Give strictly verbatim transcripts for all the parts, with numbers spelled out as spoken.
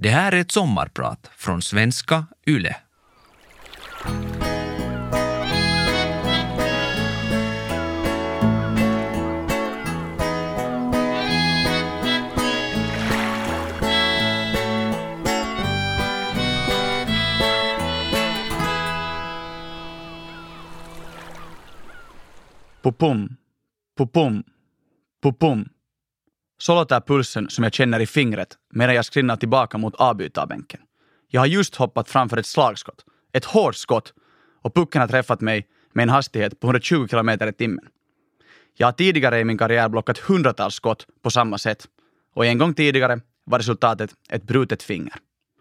Det här är ett sommarprat från Svenska Yle. Pupum, pupum, pupum. Så låter pulsen som jag känner i fingret medan jag skrinnar tillbaka mot avbytarbänken. Jag har just hoppat framför ett slagskott, ett hårt skott, och pucken har träffat mig med en hastighet på hundratjugo kilometer i timmen. Jag har tidigare i min karriär blockat hundratals skott på samma sätt, och en gång tidigare var resultatet ett brutet finger.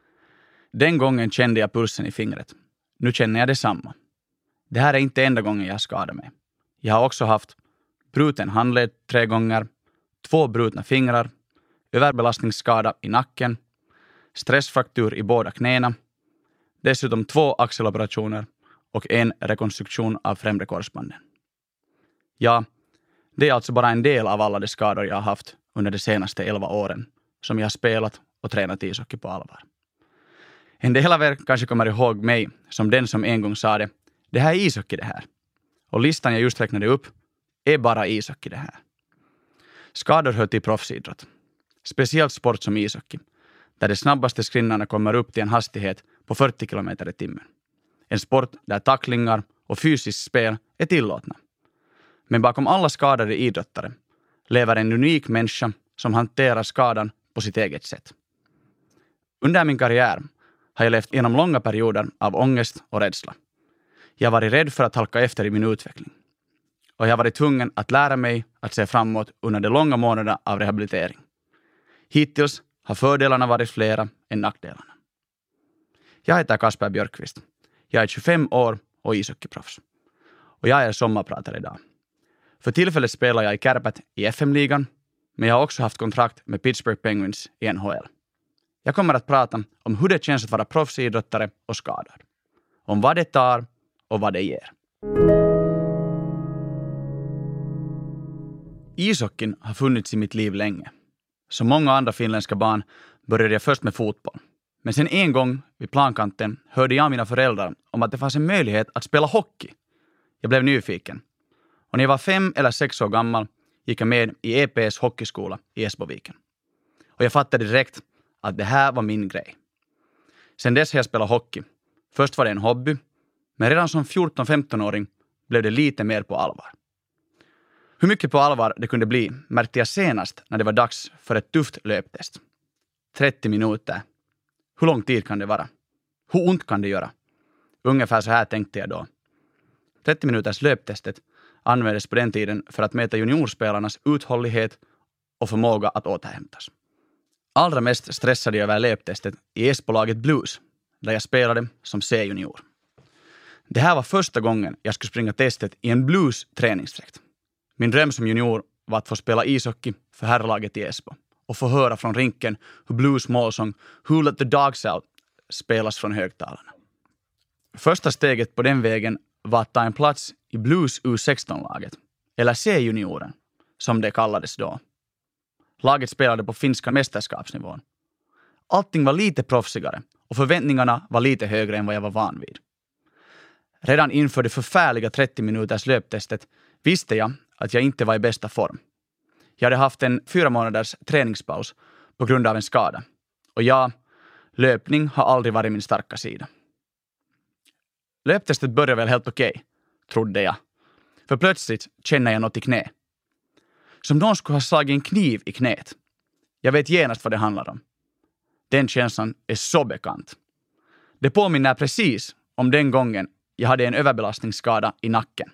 Den gången kände jag pulsen i fingret. Nu känner jag detsamma. Det här är inte enda gången jag skadar mig. Jag har också haft bruten handled tre gånger, två brutna fingrar, överbelastningsskada i nacken, stressfraktur i båda knäna, dessutom två axeloperationer och en rekonstruktion av främre korsbanden. Ja, det är alltså bara en del av alla de skador jag har haft under de senaste elva åren som jag har spelat och tränat ishockey på allvar. En del av er kanske kommer ihåg mig som den som en gång sa det, det här är ishockey det här. Och listan jag just räknade upp är bara ishockey det här. Skador hör till proffsidrott. Speciellt sport som ishockey, där de snabbaste skrinnarna kommer upp till en hastighet på fyrtio kilometer i timmen. En sport där tacklingar och fysiskt spel är tillåtna. Men bakom alla skadade idrottare lever en unik människa som hanterar skadan på sitt eget sätt. Under min karriär har jag levt genom långa perioder av ångest och rädsla. Jag har varit rädd för att halka efter i min utveckling. Och jag har varit tvungen att lära mig att se framåt under de långa månaderna av rehabilitering. Hittills har fördelarna varit flera än nackdelarna. Jag heter Kasper Björkqvist. Jag är tjugofem år och ishockeyproffs. Och jag är sommarpratare idag. För tillfället spelar jag i Kärpät i F M-ligan, men jag har också haft kontrakt med Pittsburgh Penguins i N H L. Jag kommer att prata om hur det känns att vara proffsidrottare och skadad. Om vad det tar och vad det ger. Ishockeyn har funnits i mitt liv länge. Som många andra finländska barn började jag först med fotboll. Men sen en gång vid plankanten hörde jag mina föräldrar om att det fanns en möjlighet att spela hockey. Jag blev nyfiken. Och när jag var fem eller sex år gammal gick jag med i E P:s hockeyskola i Esboviken. Och jag fattade direkt att det här var min grej. Sen dess har jag spelat hockey. Först var det en hobby, men redan som fjorton-femton-åring blev det lite mer på allvar. Hur mycket på allvar det kunde bli märkte jag senast när det var dags för ett tufft löptest. trettio minuter. Hur lång tid kan det vara? Hur ont kan det göra? Ungefär så här tänkte jag då. trettio minuters löptestet användes på den tiden för att mäta juniorspelarnas uthållighet och förmåga att återhämtas. Allra mest stressade jag över löptestet i Esbolaget Blues, där jag spelade som C-junior. Det här var första gången jag skulle springa testet i en Blues träningsdräkt. Min dröm som junior var att få spela ishockey för herrlaget i Esbo och få höra från rinken hur Blues målsång Who Let the Dogs Out spelas från högtalarna. Första steget på den vägen var att ta en plats i Blues U sexton-laget, eller C-junioren som det kallades då. Laget spelade på finska mästerskapsnivån. Allting var lite proffsigare och förväntningarna var lite högre än vad jag var van vid. Redan inför det förfärliga trettio minuters löptestet visste jag att jag inte var i bästa form. Jag hade haft en fyra månaders träningspaus på grund av en skada. Och ja, löpning har aldrig varit min starka sida. Löptestet började väl helt okej, trodde jag. För plötsligt känner jag något i knä. Som någon skulle ha slagit en kniv i knät. Jag vet genast vad det handlar om. Den känslan är så bekant. Det påminner precis om den gången jag hade en överbelastningsskada i nacken.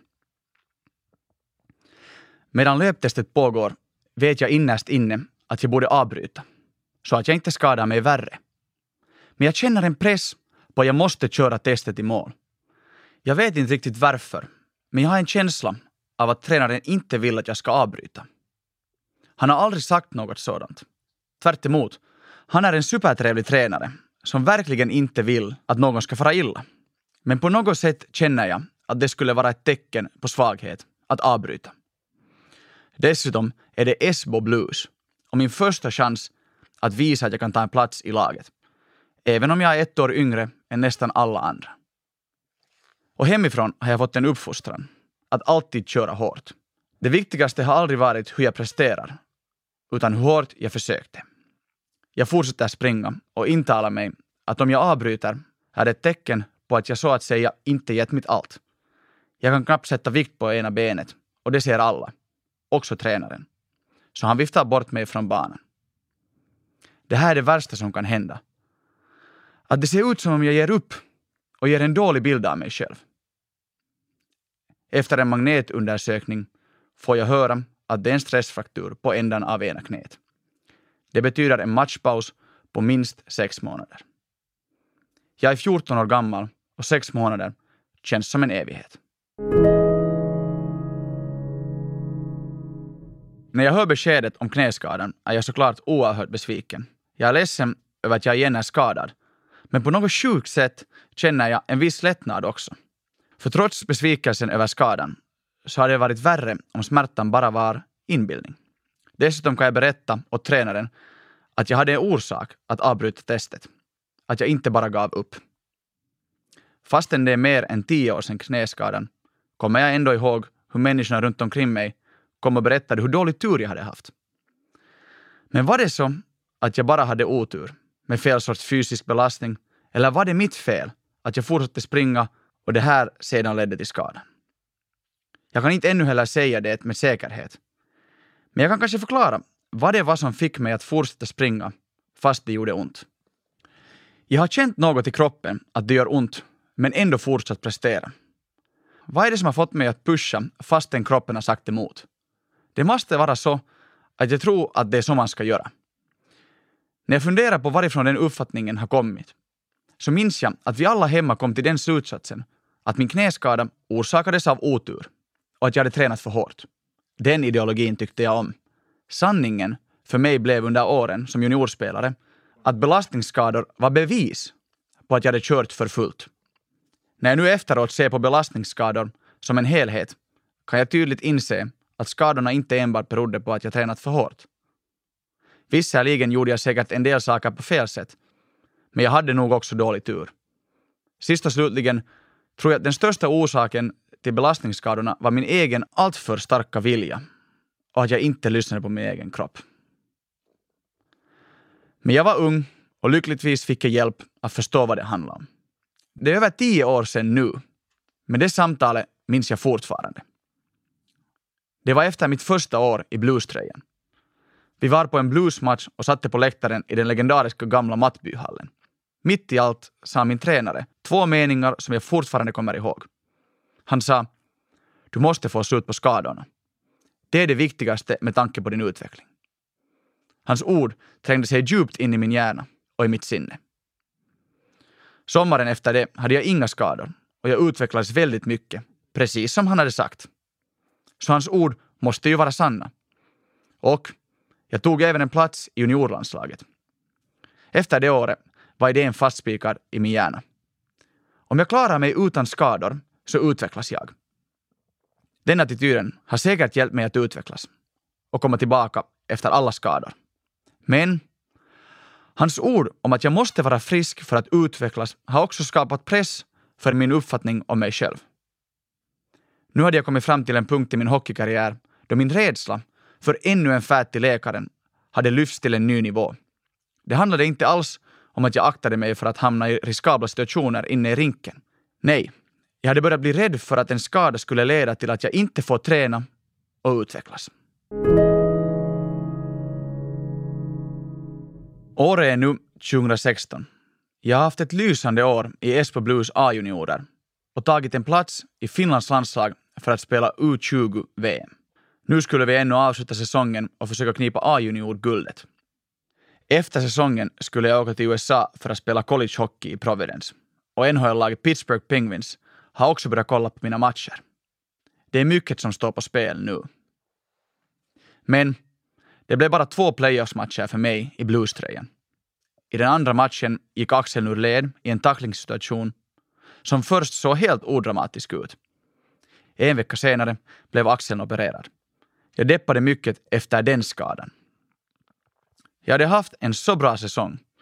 Medan löptestet pågår vet jag innerst inne att jag borde avbryta, så att jag inte skadar mig värre. Men jag känner en press på att jag måste köra testet i mål. Jag vet inte riktigt varför, men jag har en känsla av att tränaren inte vill att jag ska avbryta. Han har aldrig sagt något sådant. Tvärt emot, han är en supertrevlig tränare som verkligen inte vill att någon ska fara illa. Men på något sätt känner jag att det skulle vara ett tecken på svaghet att avbryta. Dessutom är det Esbo Blues och min första chans att visa att jag kan ta en plats i laget. Även om jag är ett år yngre än nästan alla andra. Och hemifrån har jag fått en uppfostran. Att alltid köra hårt. Det viktigaste har aldrig varit hur jag presterar. Utan hur hårt jag försökte. Jag fortsätter springa och intalar mig att om jag avbryter är det ett tecken på att jag så att säga inte gett mitt allt. Jag kan knappt sätta vikt på ena benet och det ser alla. Också tränaren. Så han viftar bort mig från banan. Det här är det värsta som kan hända. Att det ser ut som om jag ger upp och ger en dålig bild av mig själv. Efter en magnetundersökning får jag höra att det är en stressfraktur på ändan av ena knät. Det betyder en matchpaus på minst sex månader. Jag är fjorton år gammal och sex månader känns som en evighet. När jag hör beskedet om knäskadan är jag såklart oerhört besviken. Jag är ledsen över att jag igen är skadad. Men på något sjukt sätt känner jag en viss lättnad också. För trots besvikelsen över skadan så hade det varit värre om smärtan bara var inbildning. Dessutom kan jag berätta åt tränaren att jag hade en orsak att avbryta testet. Att jag inte bara gav upp. Fastän det är mer än tio år sedan knäskadan kommer jag ändå ihåg hur människorna runt omkring mig kom och berättade hur dålig tur jag hade haft. Men var det så att jag bara hade otur med fel sorts fysisk belastning eller var det mitt fel att jag fortsatte springa och det här sedan ledde till skadan? Jag kan inte ännu heller säga det med säkerhet. Men jag kan kanske förklara vad det var som fick mig att fortsätta springa fast det gjorde ont. Jag har känt något i kroppen att det gör ont men ändå fortsatt prestera. Vad är det som har fått mig att pusha fastän kroppen har sagt emot? Det måste vara så att jag tror att det är så man ska göra. När jag funderar på varifrån den uppfattningen har kommit så minns jag att vi alla hemma kom till den slutsatsen att min knäskada orsakades av otur och att jag hade tränat för hårt. Den ideologin tyckte jag om. Sanningen för mig blev under åren som juniorspelare att belastningsskador var bevis på att jag hade kört för fullt. När jag nu efteråt ser på belastningsskador som en helhet kan jag tydligt inse att skadorna inte enbart berodde på att jag tränat för hårt. Visserligen gjorde jag säkert en del saker på fel sätt, men jag hade nog också dålig tur. Sist och slutligen tror jag att den största orsaken till belastningsskadorna var min egen alltför starka vilja och att jag inte lyssnade på min egen kropp. Men jag var ung och lyckligtvis fick jag hjälp att förstå vad det handlar om. Det är över tio år sedan nu, men det samtalet minns jag fortfarande. Det var efter mitt första år i blueströjan. Vi var på en bluesmatch och satte på läktaren i den legendariska gamla Mattbyhallen. Mitt i allt sa min tränare två meningar som jag fortfarande kommer ihåg. Han sa, du måste få slut på skadorna. Det är det viktigaste med tanke på din utveckling. Hans ord trängde sig djupt in i min hjärna och i mitt sinne. Sommaren efter det hade jag inga skador och jag utvecklades väldigt mycket, precis som han hade sagt. Så hans ord måste ju vara sanna. Och jag tog även en plats i juniorlandslaget. Efter det året var idén fastspikad i min hjärna. Om jag klarar mig utan skador så utvecklas jag. Den attityden har säkert hjälpt mig att utvecklas och komma tillbaka efter alla skador. Men hans ord om att jag måste vara frisk för att utvecklas har också skapat press för min uppfattning om mig själv. Nu hade jag kommit fram till en punkt i min hockeykarriär då min rädsla för ännu en färd till läkaren hade lyfts till en ny nivå. Det handlade inte alls om att jag aktade mig för att hamna i riskabla situationer inne i rinken. Nej, jag hade börjat bli rädd för att en skada skulle leda till att jag inte får träna och utvecklas. Året är nu tjugohundrasexton. Jag har haft ett lysande år i Espoo Blues A-juniorer och tagit en plats i Finlands landslag för att spela U tjugo-V M. Nu skulle vi ännu avsluta säsongen och försöka knipa A-junior-guldet. Efter säsongen skulle jag åka till U S A för att spela college hockey i Providence. Och N H L-laget Pittsburgh Penguins har också börjat kolla på mina matcher. Det är mycket som står på spel nu. Men det blev bara två playoffs-matcher för mig i blueströjan. I den andra matchen gick Axel ur led i en tacklingssituation som först såg helt odramatisk ut. En vecka senare blev Axel opererad. Jag deppade mycket efter den skadan. Jag hade haft en så bra säsong.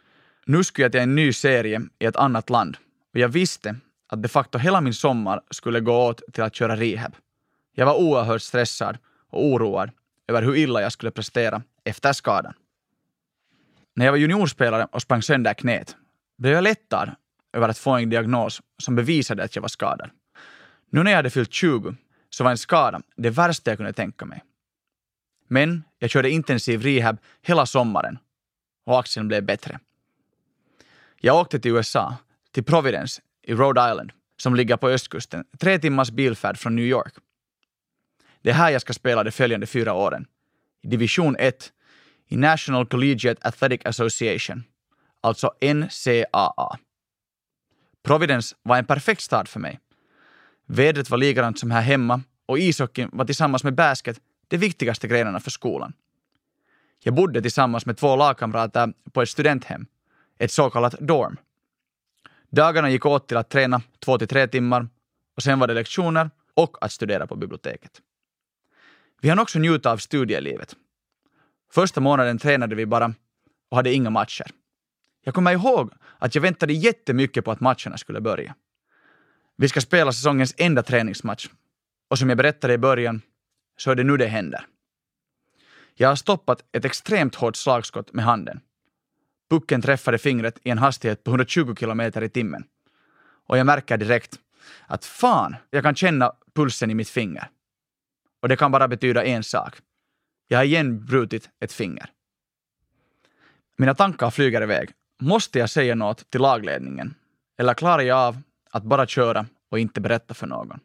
Nu skulle jag till en ny serie i ett annat land och jag visste att de facto hela min sommar skulle gå åt till att köra rehab. Jag var oerhört stressad och oroad över hur illa jag skulle prestera efter skadan. När jag var juniorspelare och sprang sönder knät blev jag lättad över att få en diagnos som bevisade att jag var skadad. Nu när jag hade fyllt tjugo så var en skada det värsta jag kunde tänka mig. Men jag körde intensiv rehab hela sommaren och axeln blev bättre. Jag åkte till U S A, till Providence i Rhode Island som ligger på östkusten, tre timmars bilfärd från New York. Det är här jag ska spela de följande fyra åren. I division ett i National Collegiate Athletic Association, alltså N C A A. Providence var en perfekt stad för mig. Vädret var likadant som här hemma och ishockeyn var tillsammans med basket de viktigaste grenarna för skolan. Jag bodde tillsammans med två lagkamrater på ett studenthem, ett så kallat dorm. Dagarna gick åt till att träna två till tre timmar och sen var det lektioner och att studera på biblioteket. Vi hann också njuta av studielivet. Första månaden tränade vi bara och hade inga matcher. Jag kommer ihåg att jag väntade jättemycket på att matcherna skulle börja. Vi ska spela säsongens enda träningsmatch och som jag berättade i början så är det nu det händer. Jag har stoppat ett extremt hårt slagskott med handen. Pucken träffade fingret i en hastighet på hundratjugo kilometer i timmen. Och jag märker direkt att fan, jag kan känna pulsen i mitt finger. Och det kan bara betyda en sak. Jag har igen brutit ett finger. Mina tankar flyger iväg. Måste jag säga något till lagledningen? Eller klarar jag av att bara köra och inte berätta för någon?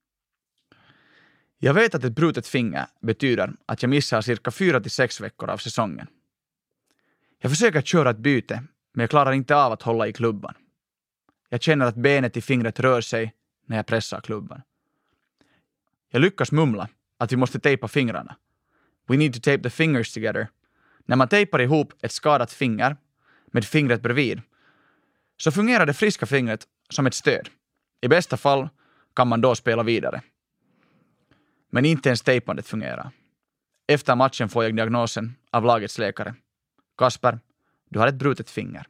Jag vet att ett brutet finger betyder att jag missar cirka fyra till sex veckor av säsongen. Jag försöker köra ett byte, men jag klarar inte av att hålla i klubban. Jag känner att benet i fingret rör sig när jag pressar klubban. Jag lyckas mumla att vi måste tejpa fingrarna. We need to tape the fingers together. När man tejpar ihop ett skadat finger med fingret bredvid så fungerar det friska fingret som ett stöd. I bästa fall kan man då spela vidare. Men inte ens tejpandet fungerar. Efter matchen får jag diagnosen av lagets läkare. Kasper, du har ett brutet finger.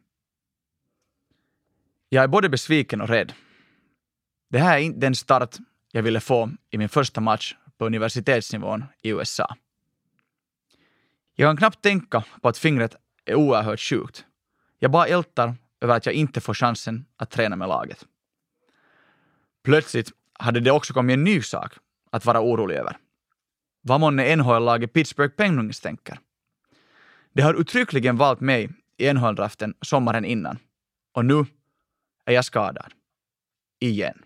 Jag är både besviken och rädd. Det här är inte den start jag ville få i min första match på universitetsnivån i U S A. Jag kan knappt tänka på att fingret är oerhört sjukt. Jag bara ältar över att jag inte får chansen att träna med laget. Plötsligt hade det också kommit en ny sak att vara orolig över. Vad månne N H L-laget Pittsburgh Penguins tänker. De har uttryckligen valt mig i N H L-draften sommaren innan. Och nu är jag skadad. Igen.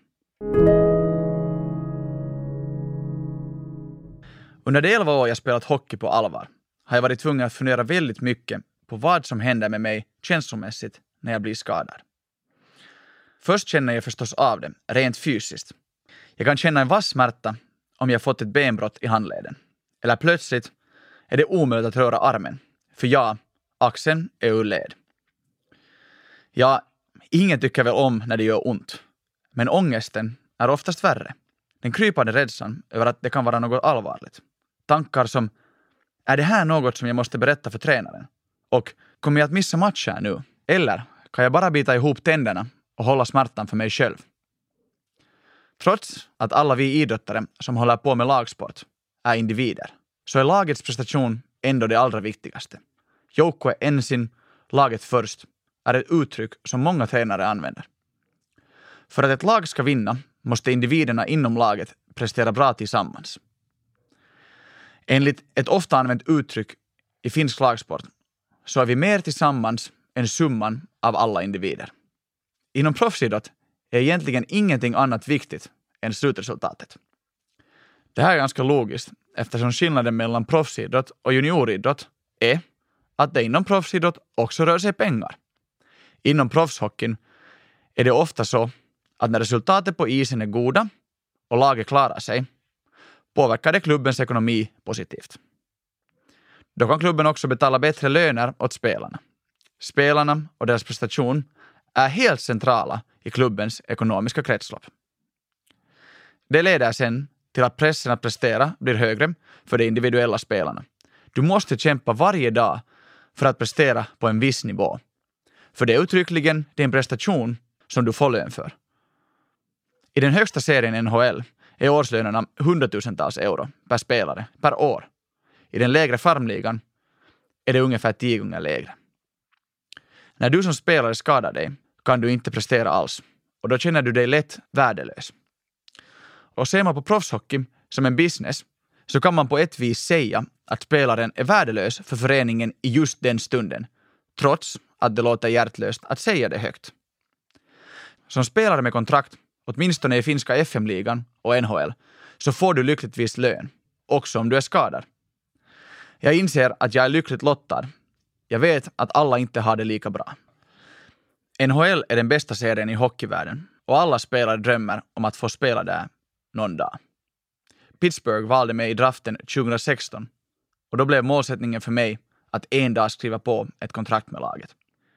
Under de elva år jag spelat hockey på allvar har jag varit tvungen att fundera väldigt mycket på vad som händer med mig känslomässigt när jag blir skadad. Först känner jag förstås av det, rent fysiskt. Jag kan känna en vass smärta om jag fått ett benbrott i handleden. Eller plötsligt är det omöjligt att röra armen. För ja, axeln är ur led. Ja, ingen tycker väl om när det gör ont. Men ångesten är oftast värre. Den krypande rädslan över att det kan vara något allvarligt. Tankar som, är det här något som jag måste berätta för tränaren? Och kommer jag att missa matchen nu? Eller kan jag bara bita ihop tänderna och hålla smärtan för mig själv? Trots att alla vi idrottare som håller på med lagsport är individer, så är lagets prestation ändå det allra viktigaste. Joukko ensin, laget först, är ett uttryck som många tränare använder. För att ett lag ska vinna måste individerna inom laget prestera bra tillsammans. Enligt ett ofta använt uttryck i finsk lagsport så är vi mer tillsammans än summan av alla individer. Inom proffsidrott är egentligen ingenting annat viktigt än slutresultatet. Det här är ganska logiskt eftersom skillnaden mellan proffsidrott och junioridrott är att det inom proffsidrott också rör sig pengar. Inom proffshockeyn är det ofta så att när resultatet på isen är goda och laget klarar sig påverkar det klubbens ekonomi positivt. Då kan klubben också betala bättre löner åt spelarna. Spelarna och deras prestation är helt centrala i klubbens ekonomiska kretslopp. Det leder sen till att pressen att prestera blir högre för de individuella spelarna. Du måste kämpa varje dag för att prestera på en viss nivå. För det är uttryckligen din prestation som du får lön för. I den högsta serien i N H L är årslönerna hundratusentals euro per spelare per år. I den lägre farmligan är det ungefär tio gånger lägre. När du som spelare skadar dig kan du inte prestera alls och då känner du dig lätt värdelös. Och ser man på proffshockey som en business så kan man på ett vis säga att spelaren är värdelös för föreningen i just den stunden, trots att det låter hjärtlöst att säga det högt. Som spelare med kontrakt, åtminstone i finska F M-ligan och N H L, så får du lyckligtvis lön, också om du är skadad. Jag inser att jag är lyckligt lottad. Jag vet att alla inte har det lika bra. N H L är den bästa serien i hockeyvärlden och alla spelare drömmer om att få spela där någon dag. Pittsburgh valde mig i draften tjugohundrasexton och då blev målsättningen för mig att en dag skriva på ett kontrakt med laget.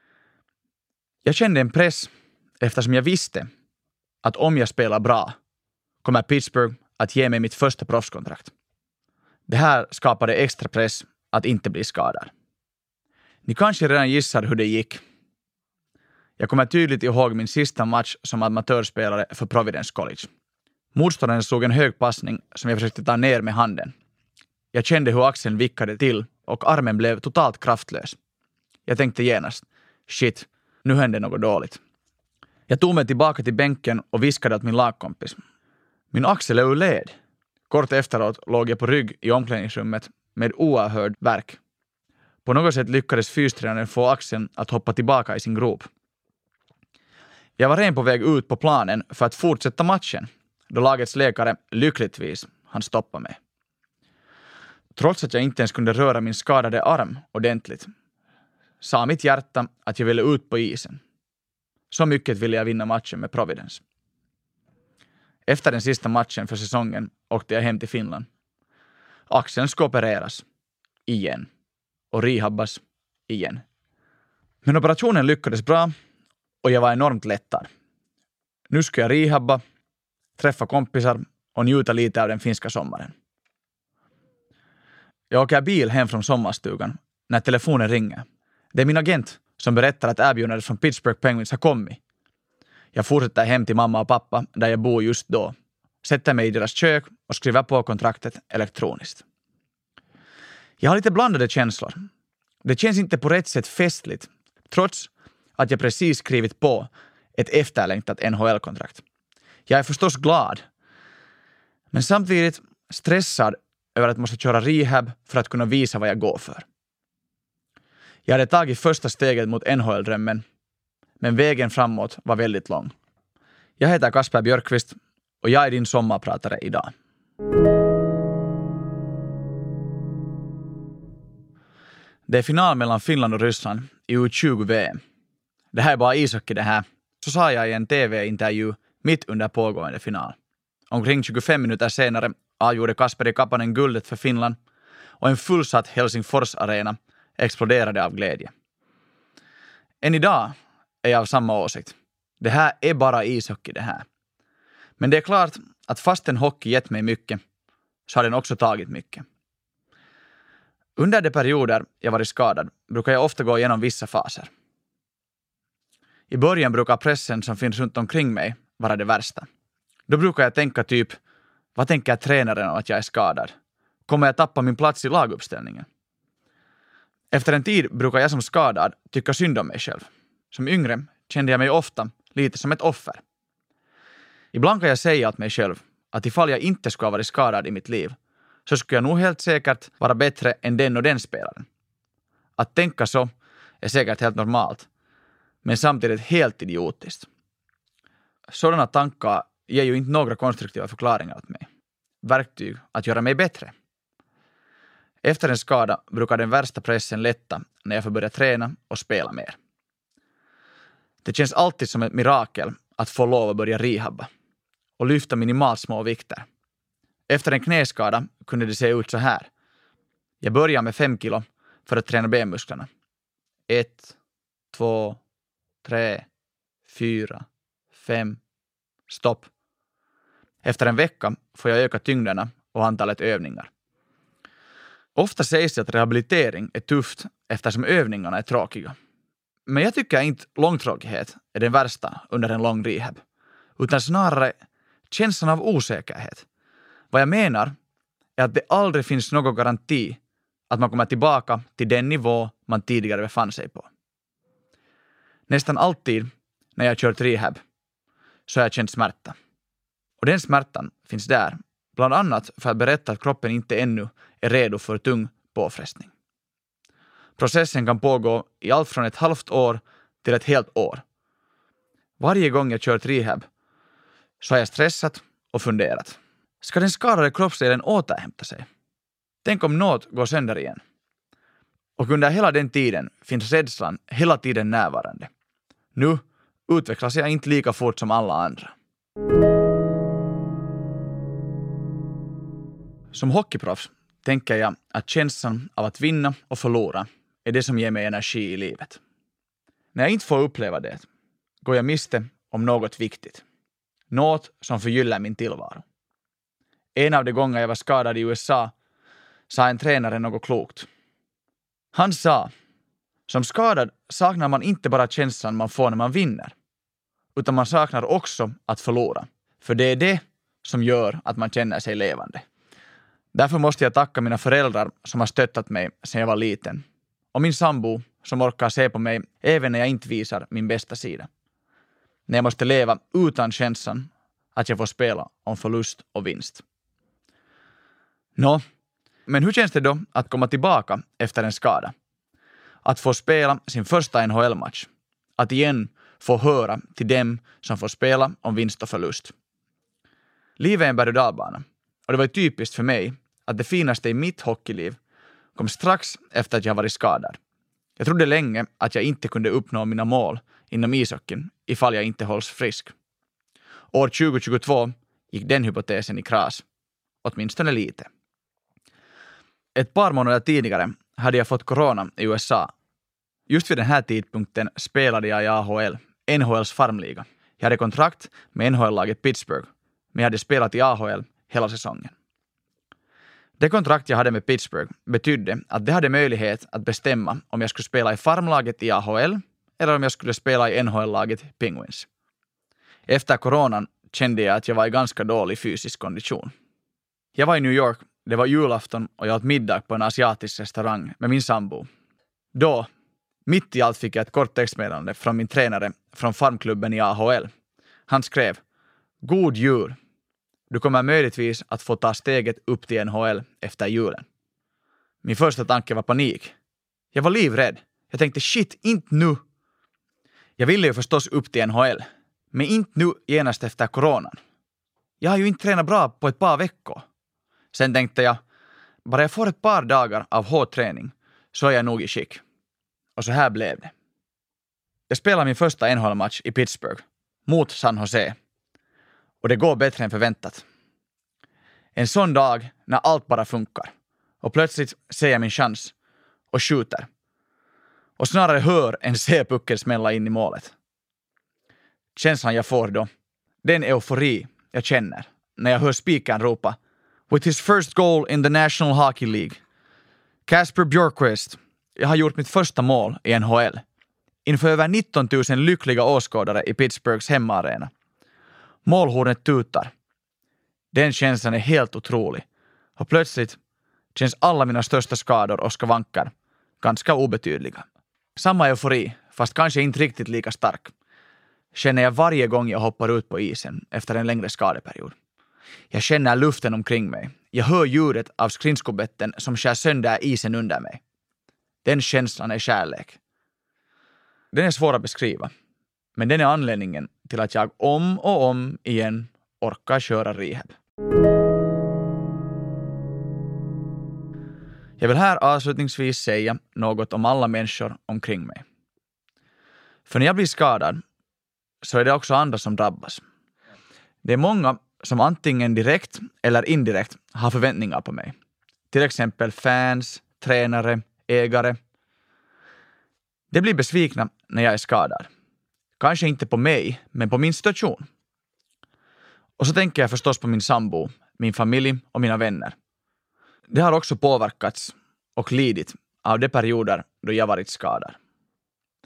Jag kände en press eftersom jag visste att om jag spelar bra kommer Pittsburgh att ge mig mitt första proffskontrakt. Det här skapade extra press att inte bli skadad. Ni kanske redan gissar hur det gick. Jag kommer tydligt ihåg min sista match som amatörspelare för Providence College. Motståndaren slog en hög passning som jag försökte ta ner med handen. Jag kände hur axeln vickade till och armen blev totalt kraftlös. Jag tänkte genast, shit, nu hände något dåligt. Jag tog mig tillbaka till bänken och viskade åt min lagkompis. Min axel är ur led. Kort efteråt låg jag på rygg i omklädningsrummet med oerhörd värk. På något sätt lyckades fystränaren få axeln att hoppa tillbaka i sin grop. Jag var redan på väg ut på planen för att fortsätta matchen, då lagets läkare lyckligtvis han stoppade mig. Trots att jag inte ens kunde röra min skadade arm ordentligt, sa mitt hjärta att jag ville ut på isen. Så mycket ville jag vinna matchen med Providence. Efter den sista matchen för säsongen åkte jag hem till Finland. Axeln ska opereras. Igen. Och rehabbas. Igen. Men operationen lyckades bra och jag var enormt lättad. Nu ska jag rehabba, träffa kompisar och njuta lite av den finska sommaren. Jag åker bil hem från sommarstugan när telefonen ringer. Det är min agent som berättar att erbjudandet från Pittsburgh Penguins har kommit. Jag fortsätter hem till mamma och pappa där jag bor just då. Sätter mig i deras kök och skriver på kontraktet elektroniskt. Jag har lite blandade känslor. Det känns inte på rätt sätt festligt, trots att jag precis skrivit på ett efterlängtat N H L-kontrakt. Jag är förstås glad, men samtidigt stressad över att måste köra rehab för att kunna visa vad jag går för. Jag hade tagit första steget mot N H L-drömmen, men vägen framåt var väldigt lång. Jag heter Kasper Björkqvist och jag är din sommarpratare idag. Det är final mellan Finland och Ryssland i U tjugo-V M. Det här är bara ishockey det här. Så sa jag i en tv-intervju mitt under pågående final. Omkring tjugofem minuter senare avgjorde Kasperi Kapanen guldet för Finland och en fullsatt Helsingfors-arena exploderade av glädje. Än idag är jag av samma åsikt. Det här är bara ishockey det här. Men det är klart att fastän hockey gett mig mycket så har den också tagit mycket. Under de perioder jag varit skadad brukar jag ofta gå igenom vissa faser. I början brukar pressen som finns runt omkring mig vara det värsta. Då brukar jag tänka typ, vad tänker tränaren om att jag är skadad? Kommer jag tappa min plats i laguppställningen? Efter en tid brukar jag som skadad tycka synd om mig själv. Som yngre kände jag mig ofta lite som ett offer. Ibland kan jag säga åt mig själv att ifall jag inte skulle ha varit skadad i mitt liv så skulle jag nog helt säkert vara bättre än den och den spelaren. Att tänka så är säkert helt normalt, men samtidigt helt idiotiskt. Sådana tankar ger ju inte några konstruktiva förklaringar åt mig. Verktyg att göra mig bättre. Efter en skada brukar den värsta pressen lätta när jag får börja träna och spela mer. Det känns alltid som ett mirakel att få lov att börja rehabba och lyfta minimalt små vikter. Efter en knäskada kunde det se ut så här. Jag börjar med fem kilo för att träna benmusklerna. Ett, två, tre, fyra, fem, stopp. Efter en vecka får jag öka tyngderna och antalet övningar. Ofta sägs det att rehabilitering är tufft eftersom övningarna är tråkiga. Men jag tycker inte långtråkighet är den värsta under en lång rehab, utan snarare känslan av osäkerhet. Vad jag menar är att det aldrig finns någon garanti att man kommer tillbaka till den nivå man tidigare befann sig på. Nästan alltid när jag kört rehab så har jag känt smärta. Och den smärtan finns där, bland annat för att berätta att kroppen inte ännu är redo för tung påfrestning. Processen kan pågå i allt från ett halvt år till ett helt år. Varje gång jag kört rehab så har jag stressat och funderat. Ska den skadade kroppsdelen återhämta sig? Tänk om något går sönder igen. Och under hela den tiden finns rädslan hela tiden närvarande. Nu utvecklas jag inte lika fort som alla andra. Som hockeyproffs tänker jag att känslan av att vinna och förlora är det som ger mig energi i livet. När jag inte får uppleva det går jag miste om något viktigt. Något som förgyller min tillvaro. En av de gånger jag var skadad i U S A sa en tränare något klokt. Han sa, som skadad saknar man inte bara känslan man får när man vinner, utan man saknar också att förlora. För det är det som gör att man känner sig levande. Därför måste jag tacka mina föräldrar som har stöttat mig sedan jag var liten. Och min sambo som orkar se på mig även när jag inte visar min bästa sida. När jag måste leva utan känslan att jag får spela om förlust och vinst. Nå, men hur känns det då att komma tillbaka efter en skada? Att få spela sin första N H L-match. Att igen få höra till dem som får spela om vinst och förlust. Livet är en berg- och dalbana. Och det var typiskt för mig att det finaste i mitt hockeyliv kom strax efter att jag varit skadad. Jag trodde länge att jag inte kunde uppnå mina mål inom ishockeyn ifall jag inte hålls frisk. År tjugo tjugotvå gick den hypotesen i kras, åtminstone lite. Ett par månader tidigare hade jag fått corona i U S A. Just vid den här tidpunkten spelade jag i A H L, N H L:s farmliga. Jag hade kontrakt med N H L-laget Pittsburgh, men jag hade spelat i A H L hela säsongen. Det kontrakt jag hade med Pittsburgh betydde att de hade möjlighet att bestämma om jag skulle spela i farmlaget i A H L eller om jag skulle spela i N H L-laget Penguins. Efter coronan kände jag att jag var i ganska dålig fysisk kondition. Jag var i New York, det var julafton och jag åt middag på en asiatisk restaurang med min sambo. Då, mitt i allt, fick jag ett kort textmeddelande från min tränare från farmklubben i A H L. Han skrev: God jul! Du kommer möjligtvis att få ta steget upp till N H L efter julen. Min första tanke var panik. Jag var livrädd. Jag tänkte shit, inte nu. Jag ville ju förstås upp till N H L. Men inte nu genast efter coronan. Jag har ju inte tränat bra på ett par veckor. Sen tänkte jag, bara jag får ett par dagar av hård träning så är jag nog i skick. Och så här blev det. Jag spelade min första N H L-match i Pittsburgh mot San Jose. Och det går bättre än förväntat. En sån dag när allt bara funkar. Och plötsligt ser jag min chans och skjuter. Och snarare hör en C-pucken smälla in i målet. Känslan jag får då, den eufori jag känner när jag hör spikern ropa with his first goal in the National Hockey League. Kasper Björkqvist, jag har gjort mitt första mål i N H L. Inför över nitton tusen lyckliga åskådare i Pittsburghs hemmaarena. Målhornet tutar. Den känslan är helt otrolig. Och plötsligt känns alla mina största skador och skavanker ganska obetydliga. Samma eufori, fast kanske inte riktigt lika stark, känner jag varje gång jag hoppar ut på isen efter en längre skadeperiod. Jag känner luften omkring mig. Jag hör ljudet av skridskobetten som skär sönder isen under mig. Den känslan är kärlek. Den är svår att beskriva. Men den är anledningen till att jag om och om igen orkar köra rehab. Jag vill här avslutningsvis säga något om alla människor omkring mig. För när jag blir skadad så är det också andra som drabbas. Det är många som antingen direkt eller indirekt har förväntningar på mig. Till exempel fans, tränare, ägare. De blir besvikna när jag är skadad. Kanske inte på mig, men på min situation. Och så tänker jag förstås på min sambo, min familj och mina vänner. Det har också påverkats och lidit av de perioder då jag varit skadad.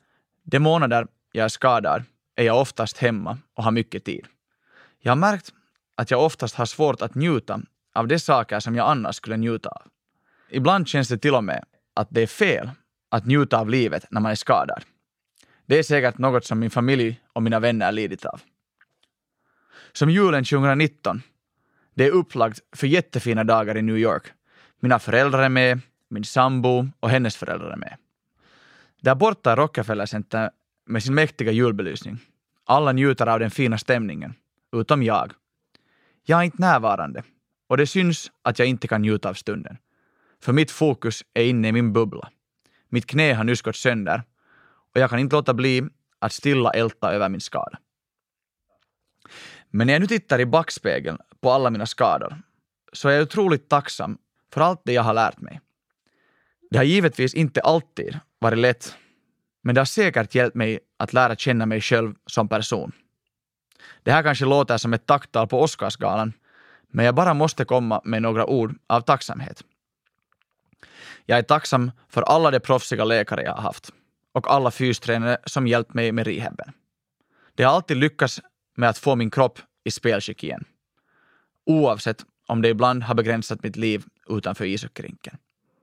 De månader jag är skadad är jag oftast hemma och har mycket tid. Jag har märkt att jag oftast har svårt att njuta av de saker som jag annars skulle njuta av. Ibland känns det till och med att det är fel att njuta av livet när man är skadad. Det är säkert något som min familj och mina vänner lidit av. Som julen tjugonitton. Det är upplagt för jättefina dagar i New York. Mina föräldrar är med, min sambo och hennes föräldrar är med. Där borta är Rockefeller Center med sin mäktiga julbelysning. Alla njuter av den fina stämningen, utom jag. Jag är inte närvarande och det syns att jag inte kan njuta av stunden. För mitt fokus är inne i min bubbla. Mitt knä har nyss gått sönder och jag kan inte låta bli att stilla älta över min skada. Men när jag nu tittar i backspegeln på alla mina skador så är jag otroligt tacksam för allt det jag har lärt mig. Det har givetvis inte alltid varit lätt, men det har säkert hjälpt mig att lära känna mig själv som person. Det här kanske låter som ett tacktal på Oscarsgalan, men jag bara måste komma med några ord av tacksamhet. Jag är tacksam för alla de proffsiga läkare jag har haft och alla fystränare som hjälpt mig med rehaben. Det har alltid lyckats med att få min kropp i spelskick igen. Oavsett om det ibland har begränsat mitt liv utanför ishockeyrinken.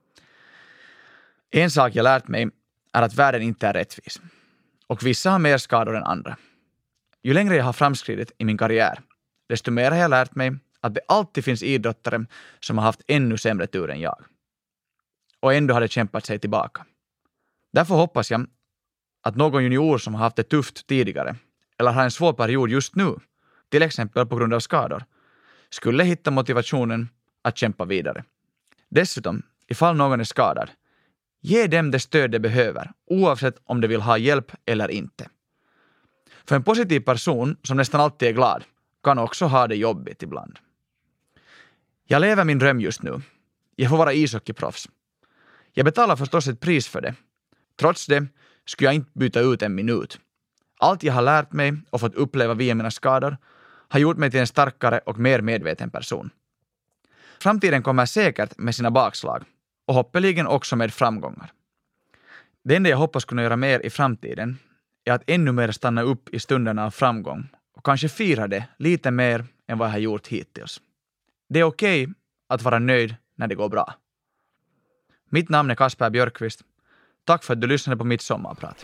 En sak jag lärt mig är att världen inte är rättvis. Och vissa har mer skador än andra. Ju längre jag har framskridit i min karriär, desto mer har jag lärt mig att det alltid finns idrottare som har haft ännu sämre tur än jag. Och ändå har det kämpat sig tillbaka. Därför hoppas jag att någon junior som har haft det tufft tidigare eller har en svår period just nu, till exempel på grund av skador, skulle hitta motivationen att kämpa vidare. Dessutom, ifall någon är skadad, ge dem det stöd de behöver, oavsett om de vill ha hjälp eller inte. För en positiv person som nästan alltid är glad kan också ha det jobbigt ibland. Jag lever min dröm just nu. Jag får vara ishockeyproffs. Jag betalar förstås ett pris för det. Trots det skulle jag inte byta ut en minut. Allt jag har lärt mig och fått uppleva via mina skador har gjort mig till en starkare och mer medveten person. Framtiden kommer säkert med sina bakslag och hoppeligen också med framgångar. Det enda jag hoppas kunna göra mer i framtiden är att ännu mer stanna upp i stunderna av framgång och kanske fira det lite mer än vad jag har gjort hittills. Det är okej att vara nöjd när det går bra. Mitt namn är Kasper Björkqvist. Tack för att du lyssnade på mitt sommarprat.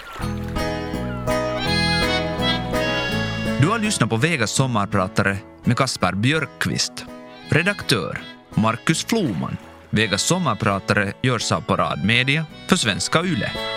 Du har lyssnat på Vegas sommarpratare med Kasper Björkqvist. Redaktör Markus Floman. Vegas sommarpratare görs av Parad Media för Svenska Yle.